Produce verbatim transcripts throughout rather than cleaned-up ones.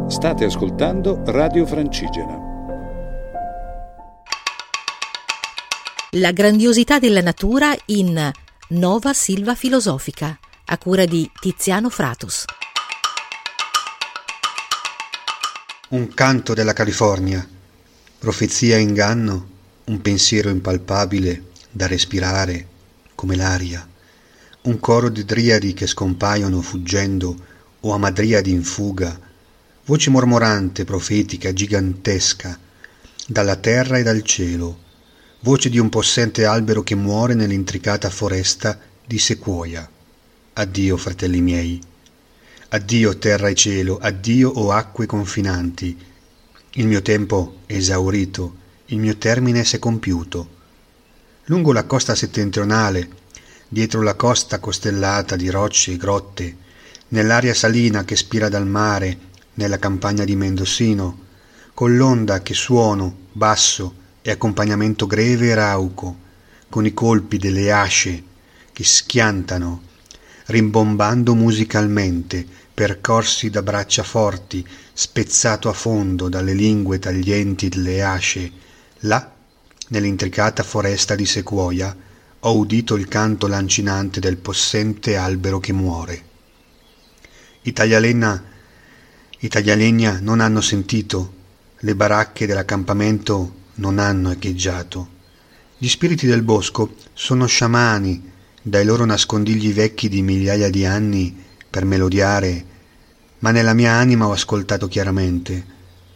State ascoltando Radio Francigena. La grandiosità della natura in Nova Silva Filosofica, a cura di Tiziano Fratus. Un canto della California, profezia e inganno, un pensiero impalpabile da respirare come l'aria, un coro di driadi che scompaiono fuggendo o amadriadi in fuga, voce mormorante, profetica, gigantesca, dalla terra e dal cielo, voce di un possente albero che muore nell'intricata foresta di sequoia. Addio, fratelli miei. Addio terra e cielo, addio o acque confinanti. Il mio tempo è esaurito, il mio termine s'è compiuto. Lungo la costa settentrionale, dietro la costa costellata di rocce e grotte, nell'aria salina che spira dal mare, nella campagna di Mendocino, con l'onda che suono, basso e accompagnamento greve e rauco, con i colpi delle asce che schiantano, rimbombando musicalmente, percorsi da braccia forti, spezzato a fondo dalle lingue taglienti delle asce, là, nell'intricata foresta di sequoia, ho udito il canto lancinante del possente albero che muore. I taglialegna I taglialegna non hanno sentito, le baracche dell'accampamento non hanno echeggiato. Gli spiriti del bosco sono sciamani dai loro nascondigli vecchi di migliaia di anni per melodiare, ma nella mia anima ho ascoltato chiaramente,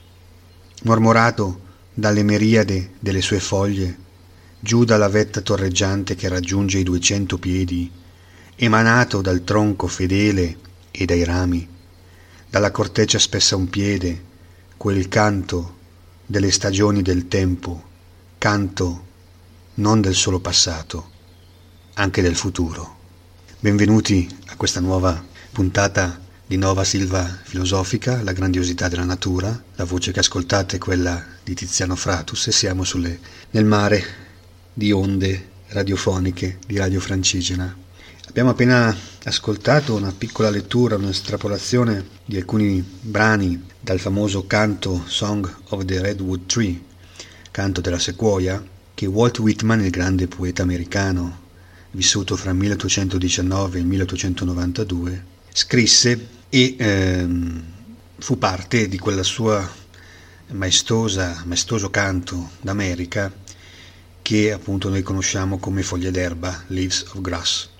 mormorato dalle miriade delle sue foglie, giù dalla vetta torreggiante che raggiunge i duecento piedi, emanato dal tronco fedele e dai rami, dalla corteccia spessa un piede, quel canto delle stagioni del tempo, canto non del solo passato, anche del futuro. Benvenuti a questa nuova puntata di Nova Silva Filosofica, la grandiosità della natura. La voce che ascoltate è quella di Tiziano Fratus e siamo sulle, nel mare di onde radiofoniche di Radio Francigena. Abbiamo appena ascoltato una piccola lettura, un'estrapolazione di alcuni brani dal famoso canto Song of the Redwood Tree, canto della sequoia, che Walt Whitman, il grande poeta americano, vissuto fra il milleottocentodiciannove e il milleottocentonovantadue, scrisse e ehm, fu parte di quella sua maestosa, maestoso canto d'America che appunto noi conosciamo come Foglie d'erba, Leaves of Grass,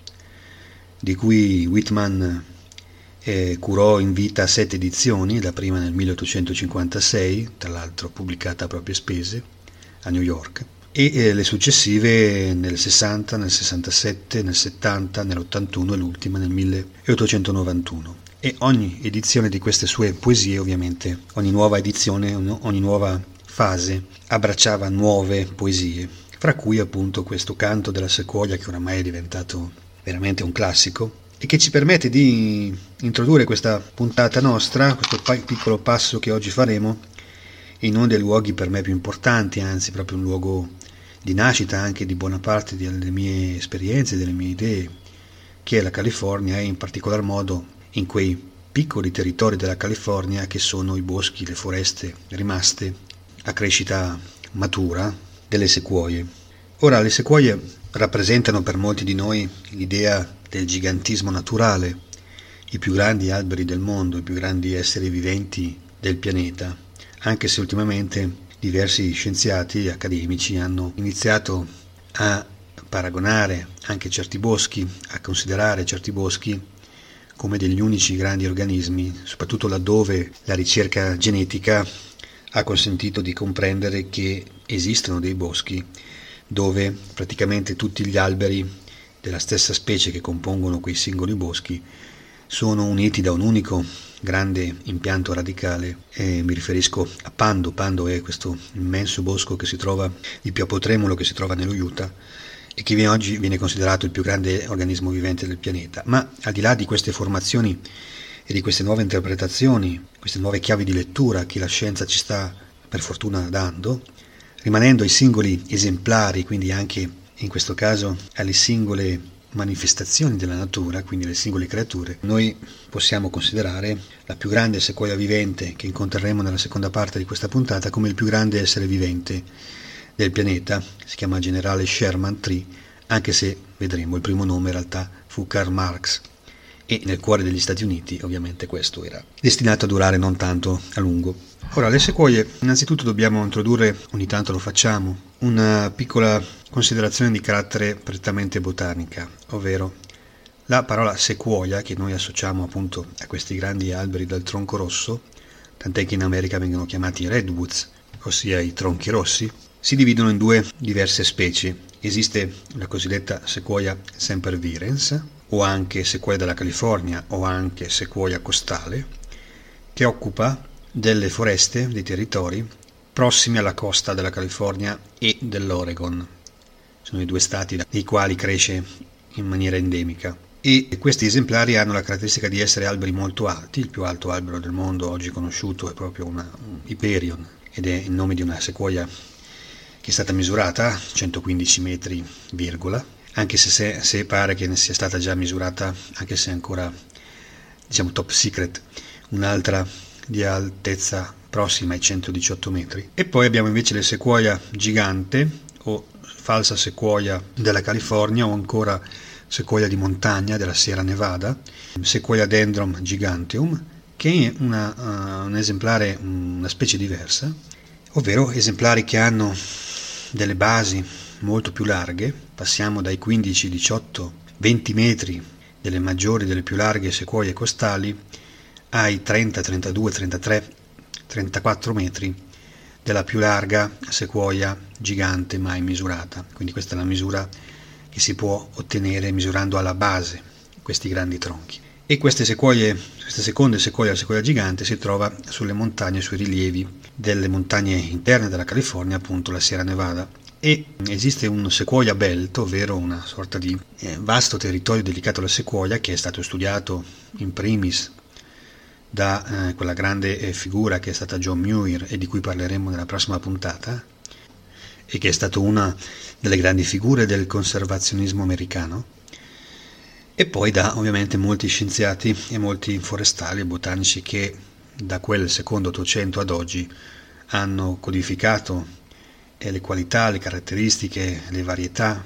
di cui Whitman eh, curò in vita sette edizioni, la prima nel milleottocentocinquantasei, tra l'altro pubblicata a proprie spese a New York, e eh, le successive nel sessanta, nel sessantasette, nel settanta, nell'ottantuno e l'ultima nel milleottocentonovantuno. E ogni edizione di queste sue poesie, ovviamente, ogni nuova edizione, ogni nuova fase abbracciava nuove poesie, fra cui appunto questo canto della sequoia che oramai è diventato veramente un classico e che ci permette di introdurre questa puntata nostra, questo pa- piccolo passo che oggi faremo in uno dei luoghi per me più importanti, anzi proprio un luogo di nascita anche di buona parte delle mie esperienze, delle mie idee, che è la California, e in particolar modo in quei piccoli territori della California che sono i boschi, le foreste rimaste a crescita matura delle sequoie. Ora, le sequoie rappresentano per molti di noi l'idea del gigantismo naturale, i più grandi alberi del mondo, i più grandi esseri viventi del pianeta, anche se ultimamente diversi scienziati accademici hanno iniziato a paragonare anche certi boschi, a considerare certi boschi come degli unici grandi organismi, soprattutto laddove la ricerca genetica ha consentito di comprendere che esistono dei boschi dove praticamente tutti gli alberi della stessa specie che compongono quei singoli boschi sono uniti da un unico grande impianto radicale, e mi riferisco a Pando. Pando è questo immenso bosco che si trova, il Pioppo Tremulo, che si trova nello Utah e che oggi viene considerato il più grande organismo vivente del pianeta. Ma al di là di queste formazioni e di queste nuove interpretazioni, queste nuove chiavi di lettura che la scienza ci sta per fortuna dando, rimanendo ai singoli esemplari, quindi anche in questo caso alle singole manifestazioni della natura, quindi le singole creature, noi possiamo considerare la più grande sequoia vivente che incontreremo nella seconda parte di questa puntata come il più grande essere vivente del pianeta. Si chiama Generale Sherman Tree, anche se vedremo il primo nome in realtà fu Karl Marx, e nel cuore degli Stati Uniti ovviamente questo era destinato a durare non tanto a lungo. Ora, le sequoie, innanzitutto dobbiamo introdurre, ogni tanto lo facciamo, una piccola considerazione di carattere prettamente botanica, ovvero la parola sequoia, che noi associamo appunto a questi grandi alberi dal tronco rosso, tant'è che in America vengono chiamati redwoods, ossia i tronchi rossi, si dividono in due diverse specie. Esiste la cosiddetta sequoia sempervirens, o anche sequoia della California, o anche sequoia costale, che occupa delle foreste, dei territori prossimi alla costa della California e dell'Oregon. Sono i due stati nei quali cresce in maniera endemica. E questi esemplari hanno la caratteristica di essere alberi molto alti. Il più alto albero del mondo oggi conosciuto è proprio una, un Hyperion, ed è il nome di una sequoia che è stata misurata centoquindici metri, virgola, anche se, se, se pare che ne sia stata già misurata, anche se ancora diciamo top secret, un'altra di altezza prossima ai centodiciotto metri. E poi abbiamo invece le sequoia gigante o falsa sequoia della California, o ancora sequoia di montagna della Sierra Nevada, Sequoia dendron giganteum, che è una, uh, un esemplare, una specie diversa, ovvero esemplari che hanno delle basi molto più larghe. Passiamo dai quindici, diciotto, venti metri delle maggiori, delle più larghe sequoie costali ai trenta, trentadue, trentatré, trentaquattro metri della più larga sequoia gigante mai misurata. Quindi questa è la misura che si può ottenere misurando alla base questi grandi tronchi. E queste sequoie, queste seconde sequoie, la sequoia gigante, si trova sulle montagne, sui rilievi delle montagne interne della California, appunto la Sierra Nevada. E esiste un sequoia belt, ovvero una sorta di eh, vasto territorio dedicato alla sequoia, che è stato studiato in primis da eh, quella grande eh, figura che è stata John Muir, e di cui parleremo nella prossima puntata, e che è stato una delle grandi figure del conservazionismo americano, e poi da ovviamente molti scienziati e molti forestali e botanici che da quel secondo Ottocento ad oggi hanno codificato eh, le qualità, le caratteristiche, le varietà,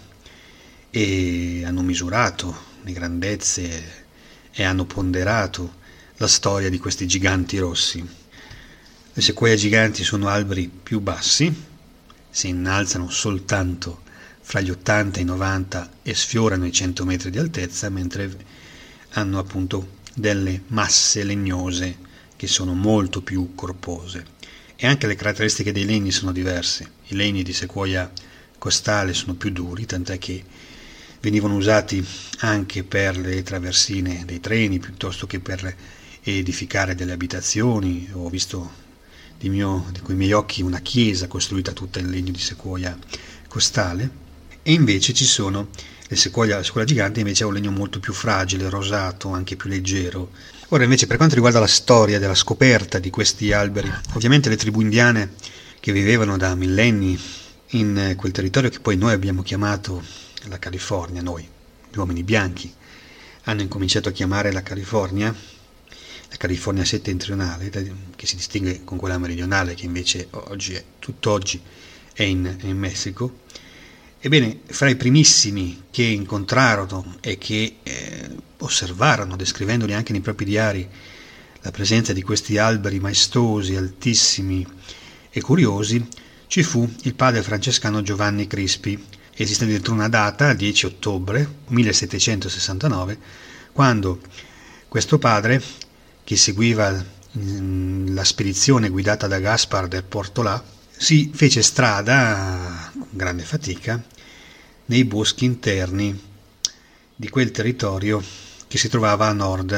e hanno misurato le grandezze e hanno ponderato la storia di questi giganti rossi. Le sequoie giganti sono alberi più bassi, si innalzano soltanto fra gli ottanta e i novanta e sfiorano i cento metri di altezza, mentre hanno appunto delle masse legnose che sono molto più corpose. E anche le caratteristiche dei legni sono diverse. I legni di sequoia costale sono più duri, tant'è che venivano usati anche per le traversine dei treni piuttosto che per edificare delle abitazioni. Ho visto di mio, di coi miei occhi una chiesa costruita tutta in legno di sequoia costale. E invece ci sono le sequoia, la sequoia gigante invece ha un legno molto più fragile, rosato, anche più leggero. Ora invece, per quanto riguarda la storia della scoperta di questi alberi, ovviamente le tribù indiane che vivevano da millenni in quel territorio che poi noi abbiamo chiamato la California, noi, gli uomini bianchi, hanno incominciato a chiamare la California, la California settentrionale, che si distingue con quella meridionale che invece oggi è, tutt'oggi è in, in Messico. Ebbene, fra i primissimi che incontrarono e che eh, osservarono, descrivendoli anche nei propri diari, la presenza di questi alberi maestosi, altissimi e curiosi, ci fu il padre francescano Giovanni Crispi. Esiste addirittura una data, dieci ottobre millesettecentosessantanove, quando questo padre, che seguiva la spedizione guidata da Gaspar del Portolà, si fece strada con grande fatica nei boschi interni di quel territorio che si trovava a nord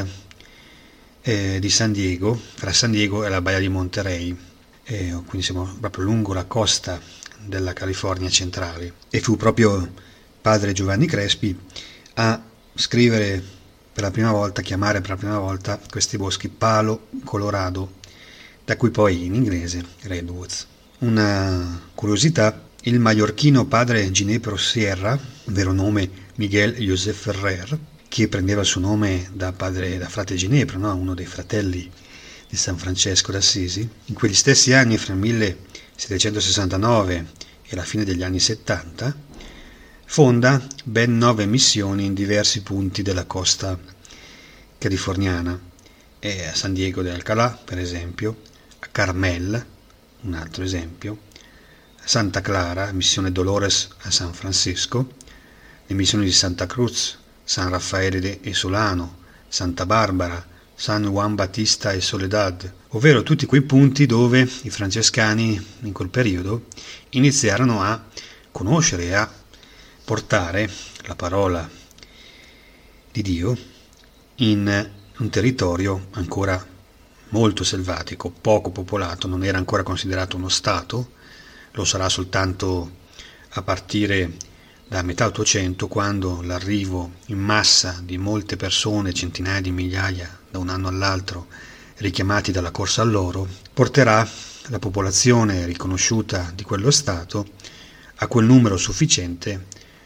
eh, di San Diego, fra San Diego e la baia di Monterey, eh, quindi siamo proprio lungo la costa della California centrale. E fu proprio padre Giovanni Crespi a scrivere per la prima volta, a chiamare per la prima volta questi boschi Palo Colorado, da cui poi in inglese Redwoods. Una curiosità il maiorchino padre Ginepro Sierra, vero nome Miguel José Ferrer, che prendeva il suo nome da padre, da frate Ginepro, no? Uno dei fratelli di San Francesco d'Assisi, in quegli stessi anni, fra il millesettecentosessantanove e la fine degli anni settanta, fonda ben nove missioni in diversi punti della costa californiana, e a San Diego de Alcalá, per esempio, a Carmel, un altro esempio, a Santa Clara, missione Dolores a San Francisco, le missioni di Santa Cruz, San Raffaele e Solano, Santa Barbara, San Juan Battista e Soledad, ovvero tutti quei punti dove i francescani in quel periodo iniziarono a conoscere e a portare la parola di Dio in un territorio ancora molto selvatico, poco popolato, non era ancora considerato uno stato, lo sarà soltanto a partire da metà Ottocento, quando l'arrivo in massa di molte persone, centinaia di migliaia da un anno all'altro, richiamati dalla corsa all'oro, porterà la popolazione riconosciuta di quello Stato a quel numero sufficiente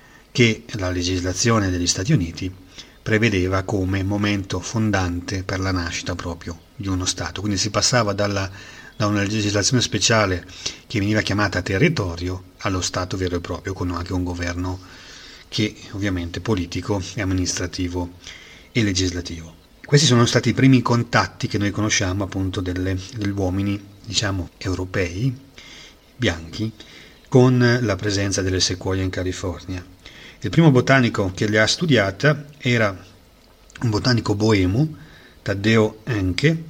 che la legislazione degli Stati Uniti prevedeva come momento fondante per la nascita proprio di uno Stato. Quindi si passava dalla, da una legislazione speciale che veniva chiamata territorio allo Stato vero e proprio, con anche un governo che ovviamente politico e amministrativo e legislativo. Questi sono stati i primi contatti che noi conosciamo appunto delle, degli uomini, diciamo, europei, bianchi, con la presenza delle sequoie in California. Il primo botanico che le ha studiate era un botanico boemo, Taddeo Encke,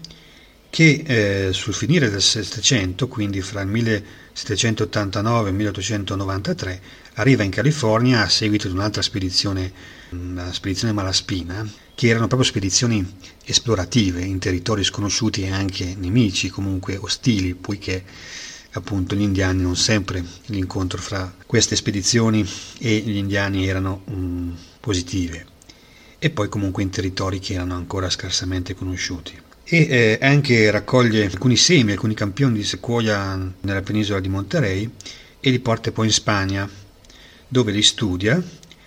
che eh, sul finire del Settecento, quindi fra il millesettecentottantanove e il milleottocentonovantatré, arriva in California a seguito di un'altra spedizione, la spedizione Malaspina, che erano proprio spedizioni esplorative in territori sconosciuti e anche nemici, comunque ostili, poiché appunto gli indiani non sempre l'incontro fra queste spedizioni e gli indiani erano um, positive, e poi comunque in territori che erano ancora scarsamente conosciuti. E eh, anche raccoglie alcuni semi, alcuni campioni di sequoia nella penisola di Monterey e li porta poi in Spagna, dove li studia,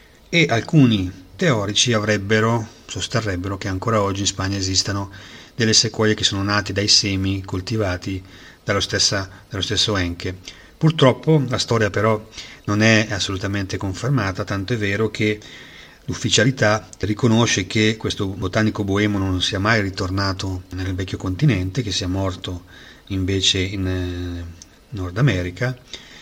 e alcuni teorici avrebbero, sosterrebbero che ancora oggi in Spagna esistano delle sequoie che sono nate dai semi coltivati dallo, stessa, dallo stesso Encke. Purtroppo la storia però non è assolutamente confermata, tanto è vero che l'ufficialità riconosce che questo botanico boemo non sia mai ritornato nel vecchio continente, che sia morto invece in eh, Nord America,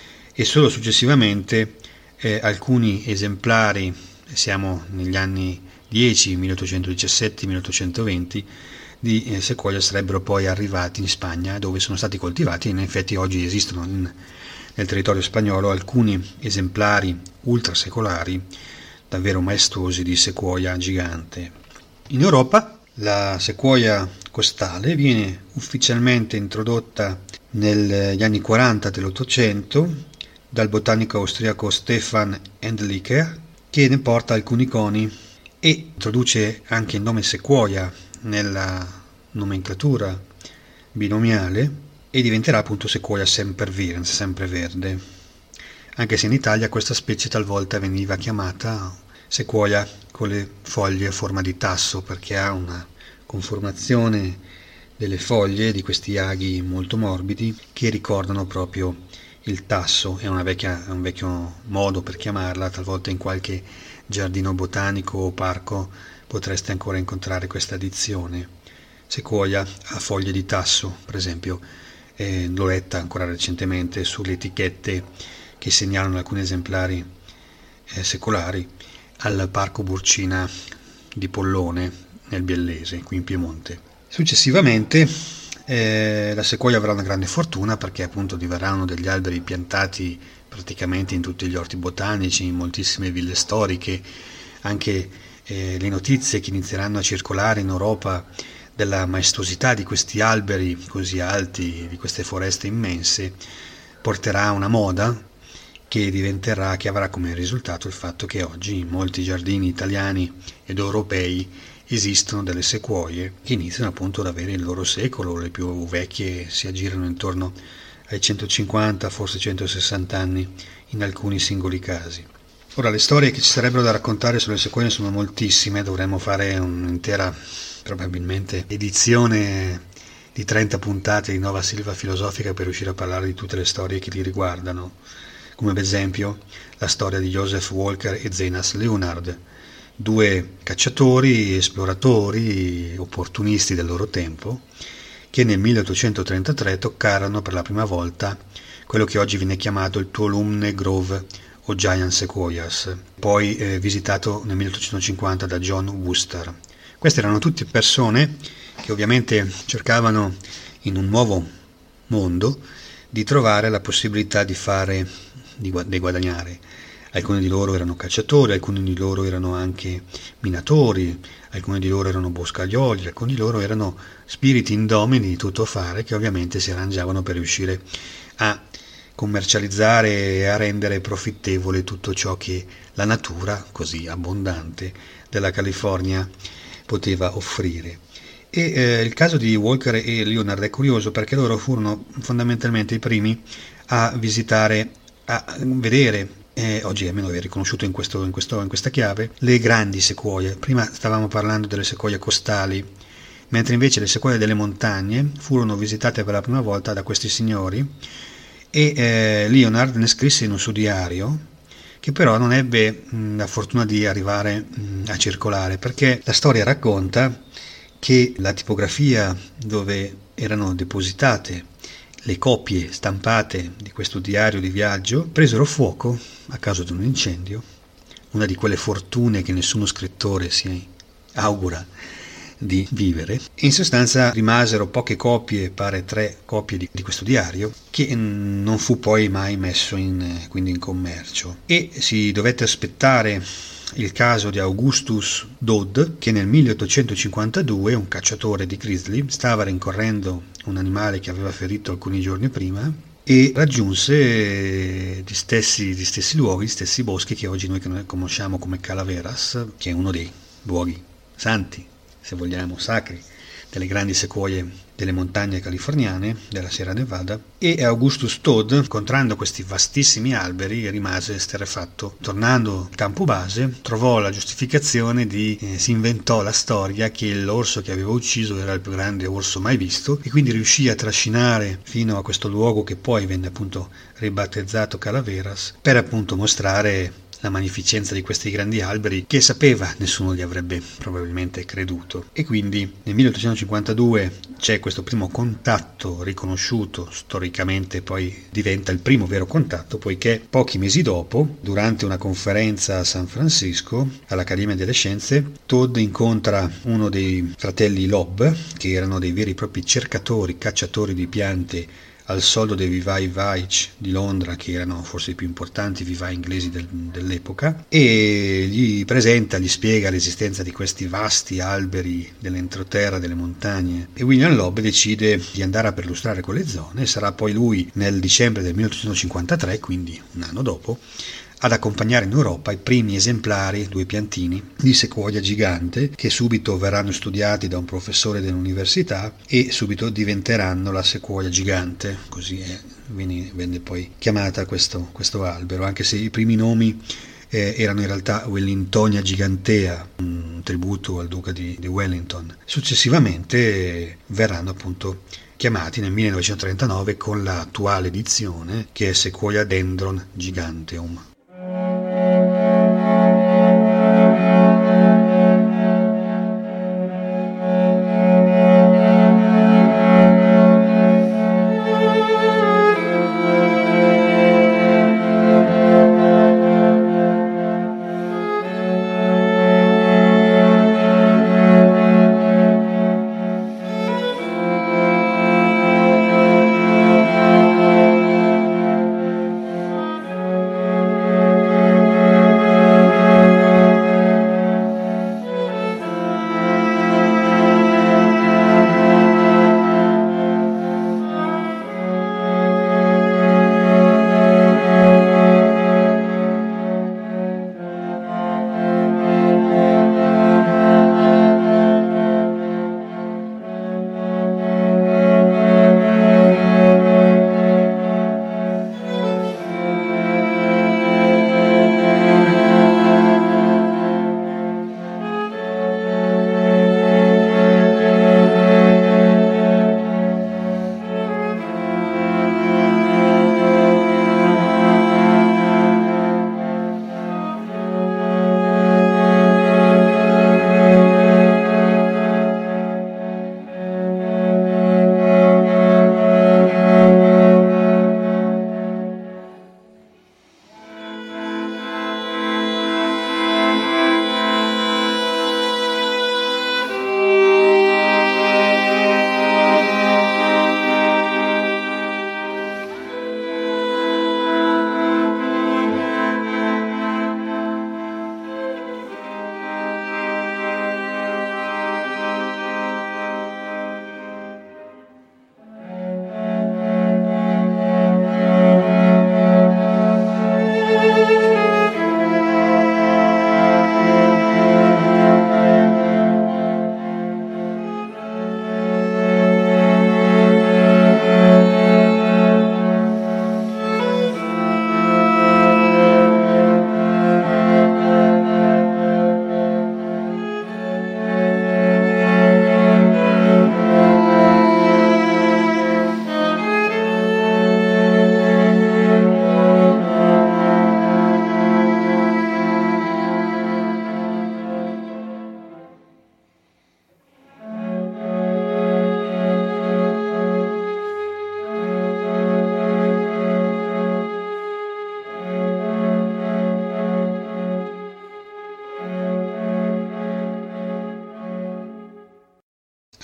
e solo successivamente eh, alcuni esemplari, siamo negli anni dieci, milleottocentodiciassette milleottocentoventi, di eh, sequoia sarebbero poi arrivati in Spagna, dove sono stati coltivati, e in effetti oggi esistono in, nel territorio spagnolo alcuni esemplari ultrasecolari davvero maestosi di sequoia gigante. In Europa la sequoia costale viene ufficialmente introdotta negli anni quaranta dell'Ottocento dal botanico austriaco Stefan Endlicher, che ne porta alcuni coni e introduce anche il nome sequoia nella nomenclatura binomiale, e diventerà appunto sequoia sempervirens, sempreverde, anche se in Italia questa specie talvolta veniva chiamata sequoia con le foglie a forma di tasso, perché ha una conformazione delle foglie di questi aghi molto morbidi che ricordano proprio il tasso. È, una vecchia, è un vecchio modo per chiamarla, talvolta in qualche giardino botanico o parco potreste ancora incontrare questa addizione. Sequoia a foglie di tasso, per esempio, eh, l'ho letta ancora recentemente sulle etichette che segnalano alcuni esemplari eh, secolari al Parco Burcina di Pollone nel Biellese, qui in Piemonte. Successivamente eh, la sequoia avrà una grande fortuna, perché appunto diverranno degli alberi piantati praticamente in tutti gli orti botanici, in moltissime ville storiche. Anche eh, le notizie che inizieranno a circolare in Europa della maestosità di questi alberi così alti, di queste foreste immense, porterà a una moda che diventerà, che avrà come risultato il fatto che oggi in molti giardini italiani ed europei esistono delle sequoie che iniziano appunto ad avere il loro secolo. Le più vecchie si aggirano intorno ai centocinquanta, forse centosessanta anni in alcuni singoli casi. Ora, le storie che ci sarebbero da raccontare sulle sequoie sono moltissime, dovremmo fare un'intera, probabilmente, edizione di trenta puntate di Nova Silva Filosofica per riuscire a parlare di tutte le storie che li riguardano, come ad esempio la storia di Joseph Walker e Zenas Leonard, due cacciatori, esploratori, opportunisti del loro tempo, che nel milleottocentotrentatré toccarono per la prima volta quello che oggi viene chiamato il Tuolumne Grove o Giant Sequoias, poi eh, visitato nel milleottocentocinquanta da John Wooster. Queste erano tutte persone che ovviamente cercavano in un nuovo mondo di trovare la possibilità di fare, di, di guadagnare. Alcuni di loro erano cacciatori, alcuni di loro erano anche minatori, alcuni di loro erano boscaioli, alcuni di loro erano spiriti indomiti di tutto fare che ovviamente si arrangiavano per riuscire a commercializzare e a rendere profittevole tutto ciò che la natura, così abbondante, della California poteva offrire. E eh, il caso di Walker e Leonard è curioso perché loro furono fondamentalmente i primi a visitare, a vedere, eh, oggi almeno è riconosciuto in, questo, in, questo, in questa chiave, le grandi sequoie. Prima stavamo parlando delle sequoie costali, mentre invece le sequoie delle montagne furono visitate per la prima volta da questi signori, e eh, Leonard ne scrisse in un suo diario, che però non ebbe mh, la fortuna di arrivare mh, a circolare, perché la storia racconta che la tipografia dove erano depositate le copie stampate di questo diario di viaggio presero fuoco a causa di un incendio, una di quelle fortune che nessuno scrittore si augura di vivere. In sostanza rimasero poche copie, pare tre copie di, di questo diario, che non fu poi mai messo in, quindi in commercio, e si dovette aspettare il caso di Augustus Dodd, che nel milleottocentocinquantadue, un cacciatore di grizzly, stava rincorrendo un animale che aveva ferito alcuni giorni prima e raggiunse gli stessi, gli stessi luoghi, gli stessi boschi che oggi noi conosciamo come Calaveras, che è uno dei luoghi santi, se vogliamo, sacri, delle grandi sequoie delle montagne californiane, della Sierra Nevada, e Augustus Todd, incontrando questi vastissimi alberi, rimase esterrefatto. Tornando al campo base, trovò la giustificazione di, eh, si inventò la storia che l'orso che aveva ucciso era il più grande orso mai visto, e quindi riuscì a trascinare fino a questo luogo che poi venne appunto ribattezzato Calaveras, per appunto mostrare la magnificenza di questi grandi alberi che sapeva nessuno gli avrebbe probabilmente creduto. E quindi nel milleottocentocinquantadue c'è questo primo contatto riconosciuto, storicamente poi diventa il primo vero contatto, poiché pochi mesi dopo, durante una conferenza a San Francisco all'Accademia delle Scienze, Todd incontra uno dei fratelli Lobb, che erano dei veri e propri cercatori, cacciatori di piante al soldo dei vivai Veitch di Londra, che erano forse i più importanti vivai inglesi del, dell'epoca, e gli presenta, gli spiega l'esistenza di questi vasti alberi dell'entroterra, delle montagne, e William Lobb decide di andare a perlustrare quelle zone, e sarà poi lui nel dicembre del milleottocentocinquantatré, quindi un anno dopo, ad accompagnare in Europa i primi esemplari, due piantini, di sequoia gigante, che subito verranno studiati da un professore dell'università e subito diventeranno la sequoia gigante, così è, venne poi chiamata questo, questo albero, anche se i primi nomi eh, erano in realtà Wellingtonia gigantea, un tributo al duca di, di Wellington. Successivamente eh, verranno appunto chiamati nel millenovecentotrentanove con l'attuale edizione, che è Sequoia Dendron Giganteum.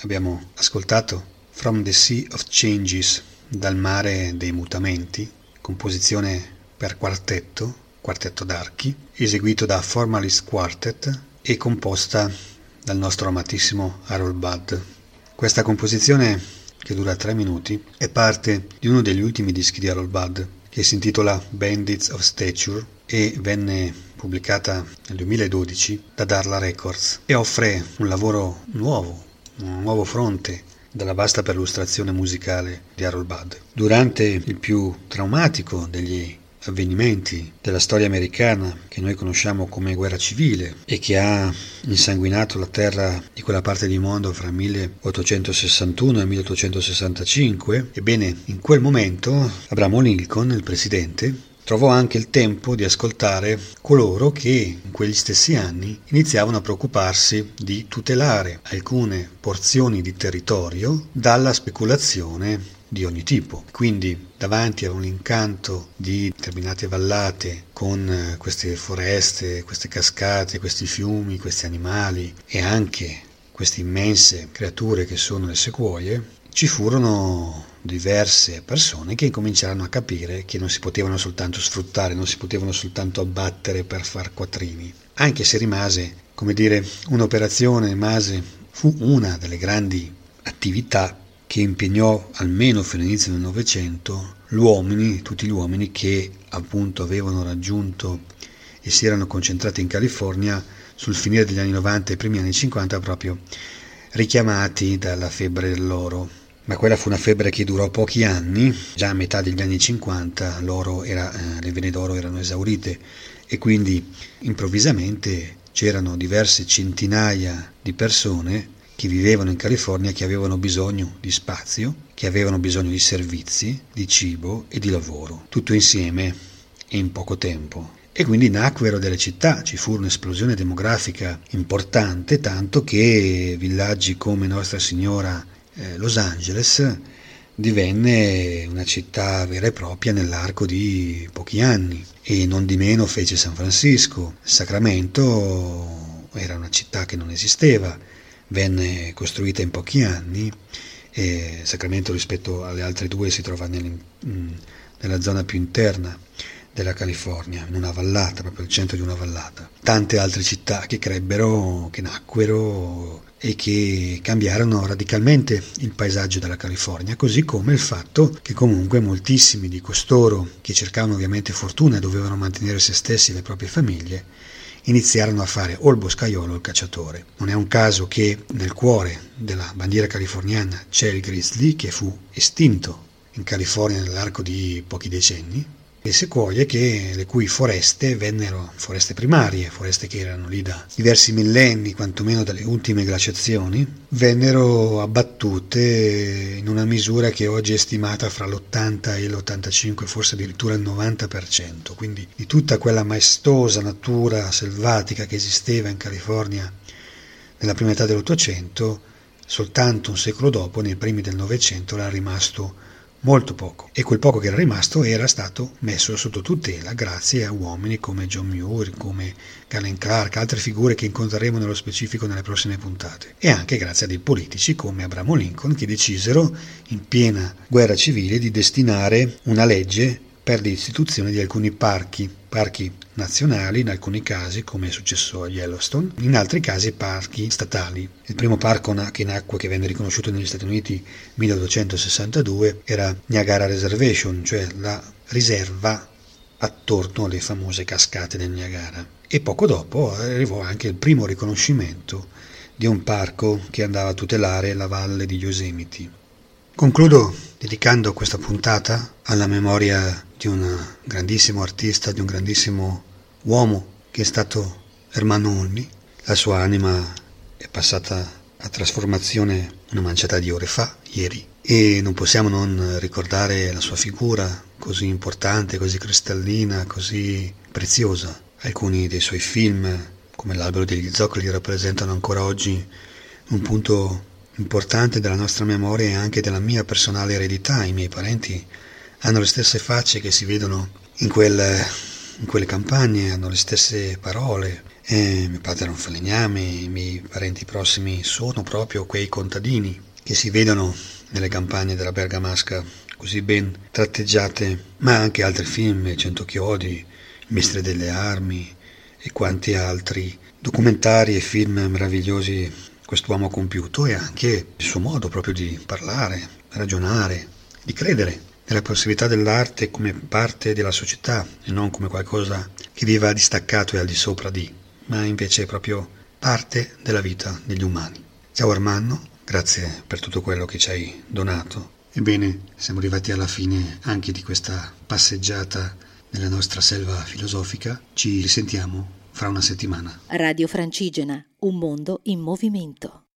abbiamo ascoltato From the Sea of Changes, dal mare dei mutamenti, composizione per quartetto, quartetto d'archi, eseguito da Formalist Quartet e composta dal nostro amatissimo Harold Budd. Questa composizione, che dura tre minuti, è parte di uno degli ultimi dischi di Harold Budd, che si intitola Bandits of Stature e venne pubblicata nel duemiladodici da Darla Records e offre un lavoro nuovo, un nuovo fronte dalla vasta perlustrazione musicale di Harold Budd. Durante il più traumatico degli avvenimenti della storia americana, che noi conosciamo come guerra civile e che ha insanguinato la terra di quella parte di mondo fra milleottocentosessantuno e milleottocentosessantacinque, ebbene, in quel momento Abraham Lincoln, il presidente, trovò anche il tempo di ascoltare coloro che in quegli stessi anni iniziavano a preoccuparsi di tutelare alcune porzioni di territorio dalla speculazione di ogni tipo. Quindi davanti a un incanto di determinate vallate con queste foreste, queste cascate, questi fiumi, questi animali e anche queste immense creature che sono le sequoie, ci furono diverse persone che incominciarono a capire che non si potevano soltanto sfruttare, non si potevano soltanto abbattere per far quattrini, anche se rimase, come dire, un'operazione Mase fu una delle grandi attività che impegnò almeno fino all'inizio del Novecento gli uomini, tutti gli uomini che appunto avevano raggiunto e si erano concentrati in California sul finire degli anni novanta e i primi anni cinquanta, proprio richiamati dalla febbre dell'oro. Ma quella fu una febbre che durò pochi anni. Già a metà degli anni cinquanta l'oro era, eh, le vene d'oro erano esaurite e quindi improvvisamente c'erano diverse centinaia di persone che vivevano in California, che avevano bisogno di spazio, che avevano bisogno di servizi, di cibo e di lavoro, tutto insieme e in poco tempo. E quindi nacquero delle città, ci fu un'esplosione demografica importante, tanto che villaggi come Nostra Signora eh, Los Angeles divenne una città vera e propria nell'arco di pochi anni, e non di meno fece San Francisco. Sacramento era una città che non esisteva, venne costruita in pochi anni, e Sacramento rispetto alle altre due si trova nella zona più interna della California, in una vallata, proprio al centro di una vallata. Tante altre città che crebbero, che nacquero e che cambiarono radicalmente il paesaggio della California, così come il fatto che comunque moltissimi di costoro che cercavano ovviamente fortuna e dovevano mantenere se stessi e le proprie famiglie iniziarono a fare o il boscaiolo o il cacciatore. Non è un caso che nel cuore della bandiera californiana c'è il grizzly, che fu estinto in California nell'arco di pochi decenni, e sequoie che, le cui foreste vennero foreste primarie, foreste che erano lì da diversi millenni, quantomeno dalle ultime glaciazioni, vennero abbattute in una misura che oggi è stimata fra l'ottanta e l'ottantacinque, forse addirittura il novanta per cento. Quindi di tutta quella maestosa natura selvatica che esisteva in California nella prima metà dell'Ottocento, soltanto un secolo dopo, nei primi del Novecento, era rimasto molto poco, e quel poco che era rimasto era stato messo sotto tutela grazie a uomini come John Muir, come Galen Clark, altre figure che incontreremo nello specifico nelle prossime puntate, e anche grazie a dei politici come Abraham Lincoln, che decisero in piena guerra civile di destinare una legge per l'istituzione di alcuni parchi, parchi nazionali in alcuni casi, come è successo a Yellowstone, in altri casi parchi statali. Il primo parco che nacque, che venne riconosciuto negli Stati Uniti nel milleottocentosessantadue, era Niagara Reservation, cioè la riserva attorno alle famose cascate del Niagara. E poco dopo arrivò anche il primo riconoscimento di un parco che andava a tutelare la valle di Yosemite. Concludo dedicando questa puntata alla memoria di un grandissimo artista, di un grandissimo uomo che è stato Ermanno Olmi. La sua anima è passata a trasformazione una manciata di ore fa, ieri, e non possiamo non ricordare la sua figura così importante, così cristallina, così preziosa. Alcuni dei suoi film, come L'albero degli zoccoli, rappresentano ancora oggi un punto importante della nostra memoria e anche della mia personale eredità. I miei parenti hanno le stesse facce che si vedono in quelle, in quelle campagne, hanno le stesse parole E mio padre era un falegname, i miei parenti prossimi sono proprio quei contadini che si vedono nelle campagne della Bergamasca così ben tratteggiate, ma anche altri film, Cento chiodi, Il Mestre delle armi e quanti altri documentari e film meravigliosi quest'uomo ha compiuto, e anche il suo modo proprio di parlare, ragionare, di credere nella possibilità dell'arte come parte della società e non come qualcosa che viva distaccato e al di sopra di, ma invece è proprio parte della vita degli umani. Ciao Armando, grazie per tutto quello che ci hai donato. Ebbene, siamo arrivati alla fine anche di questa passeggiata nella nostra selva filosofica. Ci risentiamo fra una settimana. Radio Francigena, un mondo in movimento.